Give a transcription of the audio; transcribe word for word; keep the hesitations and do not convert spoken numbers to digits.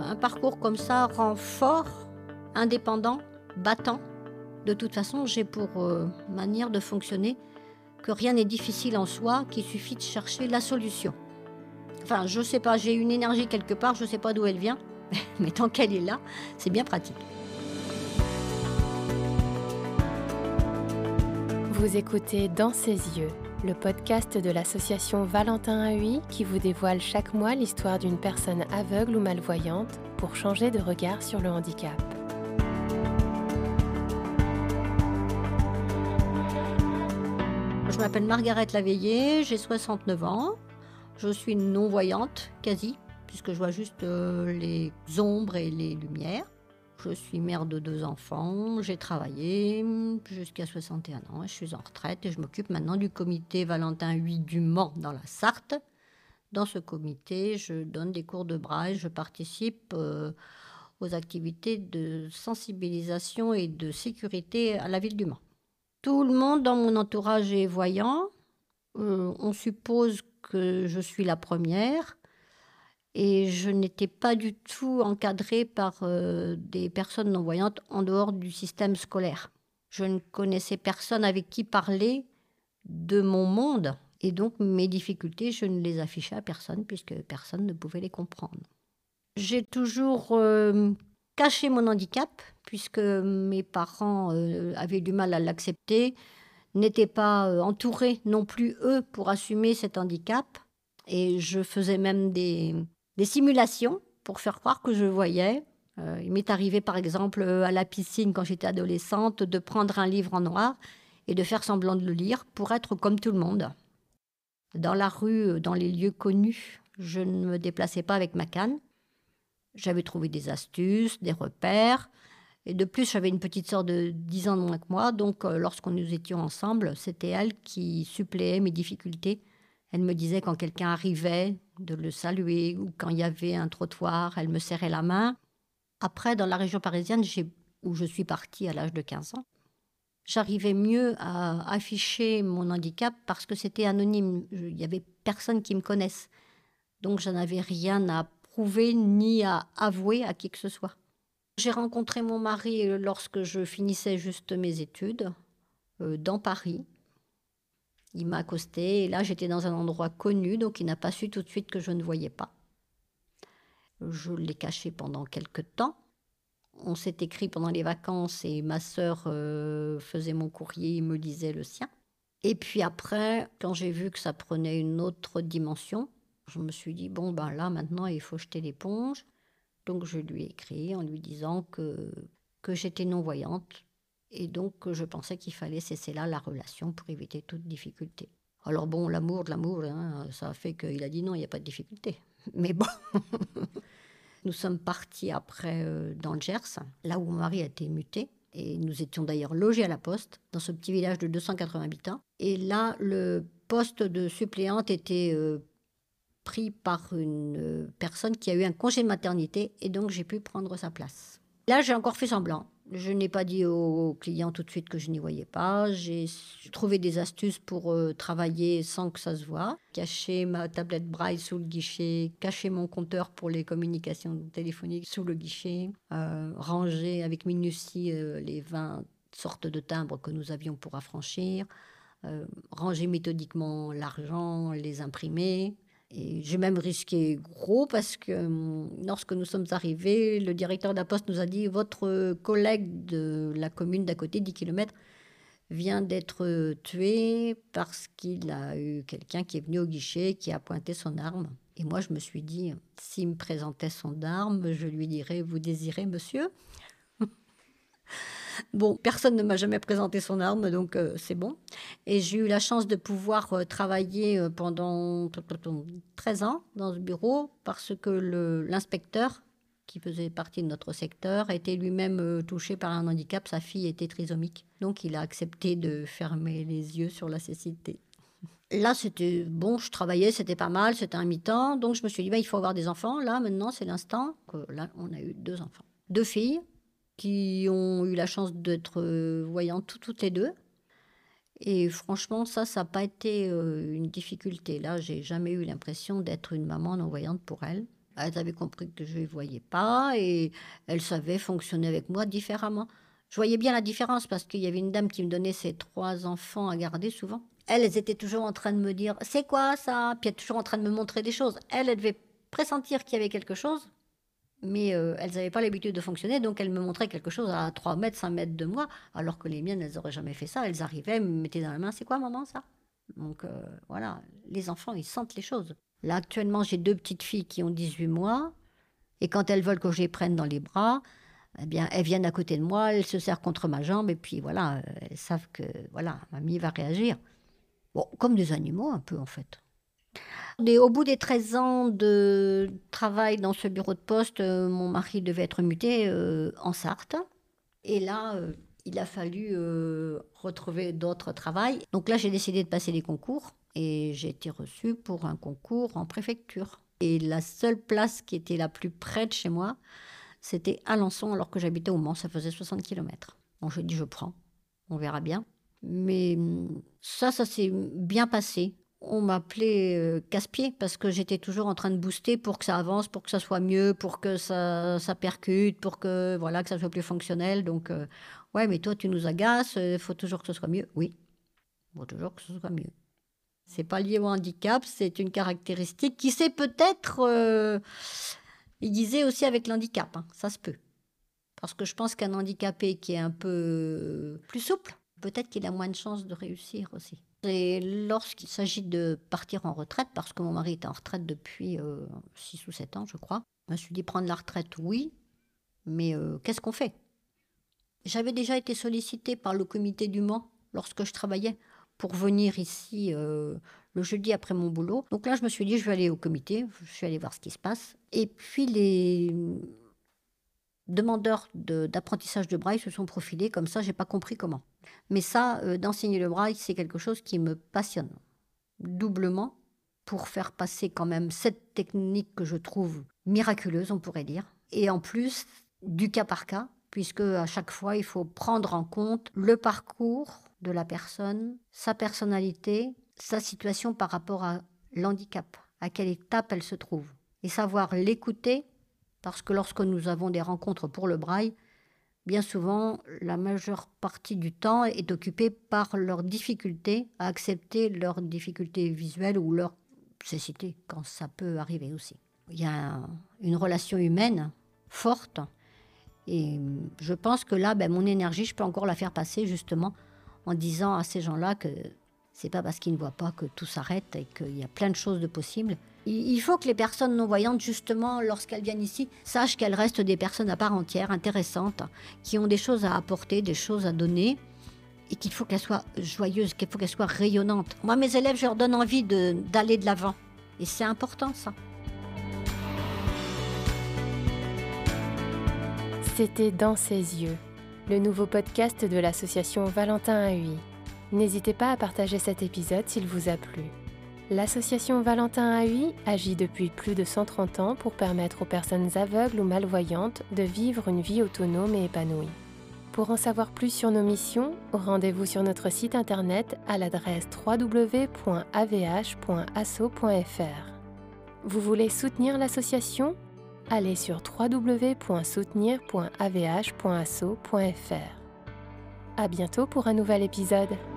un parcours comme ça rend fort, indépendant, battant. De toute façon, j'ai pour euh, manière de fonctionner que rien n'est difficile en soi, qu'il suffit de chercher la solution. Enfin, je sais pas, j'ai une énergie quelque part, je sais pas d'où elle vient, mais tant qu'elle est là, c'est bien pratique. Vous écoutez Dans ses yeux, le podcast de l'association Valentin Haüy qui vous dévoile chaque mois l'histoire d'une personne aveugle ou malvoyante pour changer de regard sur le handicap. Je m'appelle Margaret Laveillé, j'ai soixante-neuf ans. Je suis non-voyante, quasi, puisque je vois juste euh, les ombres et les lumières. Je suis mère de deux enfants, j'ai travaillé jusqu'à soixante et un ans, je suis en retraite et je m'occupe maintenant du comité Valentin Haüy du Mans dans la Sarthe. Dans ce comité, je donne des cours de braille, je participe euh, aux activités de sensibilisation et de sécurité à la ville du Mans. Tout le monde dans mon entourage est voyant. Euh, on suppose que je suis la première. Et je n'étais pas du tout encadrée par euh, des personnes non-voyantes en dehors du système scolaire. Je ne connaissais personne avec qui parler de mon monde. Et donc, mes difficultés, je ne les affichais à personne, puisque personne ne pouvait les comprendre. J'ai toujours euh, caché mon handicap, puisque mes parents euh, avaient du mal à l'accepter, n'étaient pas euh, entourés non plus, eux, pour assumer cet handicap. Et je faisais même des... des simulations pour faire croire que je voyais. Euh, il m'est arrivé, par exemple, à la piscine, quand j'étais adolescente, de prendre un livre en noir et de faire semblant de le lire pour être comme tout le monde. Dans la rue, dans les lieux connus, je ne me déplaçais pas avec ma canne. J'avais trouvé des astuces, des repères. Et de plus, j'avais une petite sœur de dix ans de moins que moi. Donc, euh, lorsque nous étions ensemble, c'était elle qui suppléait mes difficultés. Elle me disait quand quelqu'un arrivait de le saluer ou quand il y avait un trottoir, elle me serrait la main. Après, dans la région parisienne, j'ai, où je suis partie à l'âge de quinze ans, j'arrivais mieux à afficher mon handicap parce que c'était anonyme. Il n'y avait personne qui me connaisse. Donc, je n'avais rien à prouver ni à avouer à qui que ce soit. J'ai rencontré mon mari lorsque je finissais juste mes études euh, dans Paris. Il m'a accosté et là, j'étais dans un endroit connu, donc il n'a pas su tout de suite que je ne voyais pas. Je l'ai caché pendant quelque temps. On s'est écrit pendant les vacances et ma sœur euh, faisait mon courrier, il me lisait le sien. Et puis après, quand j'ai vu que ça prenait une autre dimension, je me suis dit, bon, ben là, maintenant, il faut jeter l'éponge. Donc je lui ai écrit en lui disant que, que j'étais non-voyante. Et donc, je pensais qu'il fallait cesser là la relation pour éviter toute difficulté. Alors bon, l'amour de l'amour, hein, ça a fait qu'il a dit non, il n'y a pas de difficulté. Mais bon, nous sommes partis après euh, dans le Gers, là où mon mari a été muté. Et nous étions d'ailleurs logés à la poste, dans ce petit village de deux cent quatre-vingts habitants. Et là, le poste de suppléante était euh, pris par une euh, personne qui a eu un congé de maternité. Et donc, j'ai pu prendre sa place. Là, j'ai encore fait semblant. Je n'ai pas dit aux clients tout de suite que je n'y voyais pas. J'ai trouvé des astuces pour euh, travailler sans que ça se voie. Cacher ma tablette braille sous le guichet, cacher mon compteur pour les communications téléphoniques sous le guichet, euh, ranger avec minutie euh, les vingt sortes de timbres que nous avions pour affranchir, euh, ranger méthodiquement l'argent, les imprimer. Et j'ai même risqué gros parce que euh, lorsque nous sommes arrivés, le directeur de la poste nous a dit « Votre collègue de la commune d'à côté, dix kilomètres, vient d'être tué parce qu'il a eu quelqu'un qui est venu au guichet, qui a pointé son arme. » Et moi, je me suis dit « S'il me présentait son arme, je lui dirais « Vous désirez, monsieur ?» Bon, personne ne m'a jamais présenté son arme, donc euh, c'est bon. Et j'ai eu la chance de pouvoir euh, travailler euh, pendant treize ans dans ce bureau parce que le, l'inspecteur, qui faisait partie de notre secteur, était lui-même euh, touché par un handicap. Sa fille était trisomique. Donc, il a accepté de fermer les yeux sur la cécité. Là, c'était bon, je travaillais, c'était pas mal, c'était un mi-temps. Donc, je me suis dit, bah, il faut avoir des enfants. Là, maintenant, c'est l'instant que là, on a eu deux enfants. Deux filles qui ont eu la chance d'être euh, voyantes toutes, toutes les deux. Et franchement, ça, ça n'a pas été euh, une difficulté. Là, j'ai jamais eu l'impression d'être une maman non-voyante pour elles. Elles avaient compris que je ne les voyais pas et elles savaient fonctionner avec moi différemment. Je voyais bien la différence parce qu'il y avait une dame qui me donnait ses trois enfants à garder souvent. Elles, elles étaient toujours en train de me dire: «C'est quoi ça?» Puis elles étaient toujours en train de me montrer des choses. Elles, elles devaient pressentir qu'il y avait quelque chose, mais heu, elles n'avaient pas l'habitude de fonctionner, donc elles me montraient quelque chose à trois mètres, cinq mètres de moi, alors que les miennes, elles n'auraient jamais fait ça. Elles arrivaient, me mettaient dans la main: «C'est quoi maman ça?» Donc heu, voilà, les enfants, ils sentent les choses. Là, actuellement, j'ai deux petites filles qui ont dix-huit mois et quand elles veulent que je les prenne dans les bras, eh bien, elles viennent à côté de moi, elles se serrent contre ma jambe et puis voilà, heu, elles savent que, voilà, mamie va réagir. Bon, comme des animaux un peu, en fait. Et au bout des treize ans de travail dans ce bureau de poste, heu, mon mari devait être muté, heu, en Sarthe et là, heu, il a fallu, heu, retrouver d'autres travail. Donc là, j'ai décidé de passer des concours et j'ai été reçue pour un concours en préfecture. Et la seule place qui était la plus près de chez moi, c'était Alençon, alors que j'habitais au Mans, ça faisait soixante kilomètres. Bon, j'ai dit: «Je prends, on verra bien». Mais mmh, ça, ça s'est bien passé. On m'appelait, heu, casse-pied parce que j'étais toujours en train de booster pour que ça avance, pour que ça soit mieux, pour que ça ça percute, pour que, voilà, que ça soit plus fonctionnel. Donc heu, «Ouais, mais toi, tu nous agaces, il faut toujours que ce soit mieux». Oui, il faut toujours que ce soit mieux. C'est pas lié au handicap, c'est une caractéristique qui s'est peut-être, heu, aiguisée aussi avec l'handicap, hein, ça se peut. Parce que je pense qu'un handicapé qui est un peu plus souple, peut-être qu'il a moins de chances de réussir aussi. Et lorsqu'il s'agit de partir en retraite, parce que mon mari était en retraite depuis euh, six ou sept ans, je crois, je me suis dit: prendre la retraite, oui, mais euh, qu'est-ce qu'on fait? J'avais déjà été sollicitée par le comité du Mans lorsque je travaillais pour venir ici euh, le jeudi après mon boulot. Donc là, je me suis dit: je vais aller au comité, je suis allée voir ce qui se passe. Et puis les demandeurs de d'apprentissage de braille se sont profilés comme ça, j'ai pas compris comment. Mais ça, heu, d'enseigner le braille, c'est quelque chose qui me passionne. Doublement, pour faire passer quand même cette technique que je trouve miraculeuse, on pourrait dire. Et en plus, du cas par cas, puisque à chaque fois, il faut prendre en compte le parcours de la personne, sa personnalité, sa situation par rapport à l'handicap, à quelle étape elle se trouve. Et savoir l'écouter, parce que lorsque nous avons des rencontres pour le braille, bien souvent, la majeure partie du temps est occupée par leurs difficultés à accepter leurs difficultés visuelles ou leur cécité, quand ça peut arriver aussi. Il y a un- une relation humaine forte et je pense que là, ben, mon énergie, je peux encore la faire passer justement en disant à ces gens-là que c'est pas parce qu'ils ne voient pas que tout s'arrête et qu'il y a plein de choses de possibles. Il faut que les personnes non-voyantes, justement, lorsqu'elles viennent ici, sachent qu'elles restent des personnes à part entière, intéressantes, qui ont des choses à apporter, des choses à donner, et qu'il faut qu'elles soient joyeuses, qu'il faut qu'elles soient rayonnantes. Moi, mes élèves, je leur donne envie de, d'aller de l'avant. Et c'est important, ça. C'était Dans ses yeux, le nouveau podcast de l'association Valentin A U I. N'hésitez pas à partager cet épisode s'il vous a plu. L'association Valentin A U I agit depuis plus de cent trente ans pour permettre aux personnes aveugles ou malvoyantes de vivre une vie autonome et épanouie. Pour en savoir plus sur nos missions, rendez-vous sur notre site internet à l'adresse w w w point a v h point asso point f r. Vous voulez soutenir l'association ? Allez sur w w w point soutenir point a v h point asso point f r. À bientôt pour un nouvel épisode.